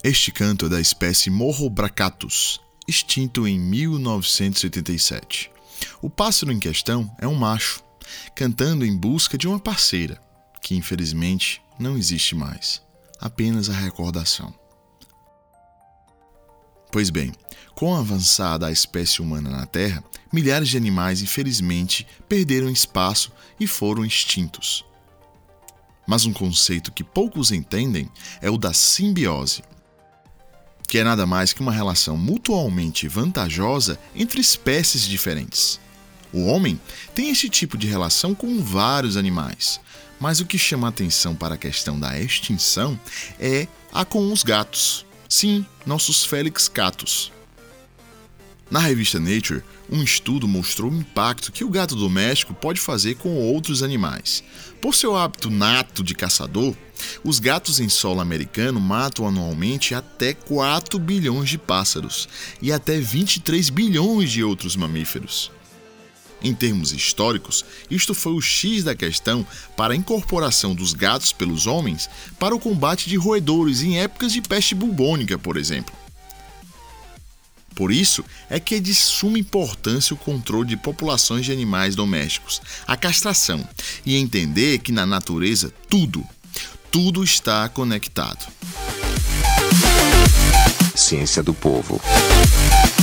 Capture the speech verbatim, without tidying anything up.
Este canto é da espécie Morro bracatus, extinto em mil novecentos e oitenta e sete. O pássaro em questão é um macho, cantando em busca de uma parceira, que infelizmente não existe mais, apenas a recordação. Pois bem, com a avançada da espécie humana na Terra, milhares de animais infelizmente perderam espaço e foram extintos. Mas um conceito que poucos entendem é o da simbiose, que é nada mais que uma relação mutualmente vantajosa entre espécies diferentes. O homem tem esse tipo de relação com vários animais, mas o que chama a atenção para a questão da extinção é a com os gatos. Sim, nossos Felix catus. Na revista Nature, um estudo mostrou o impacto que o gato doméstico pode fazer com outros animais. Por seu hábito nato de caçador, os gatos em solo americano matam anualmente até quatro bilhões de pássaros e até vinte e três bilhões de outros mamíferos. Em termos históricos, isto foi o X da questão para a incorporação dos gatos pelos homens para o combate de roedores em épocas de peste bubônica, por exemplo. Por isso é que é de suma importância o controle de populações de animais domésticos, a castração, e entender que na natureza tudo, tudo está conectado. Ciência do povo.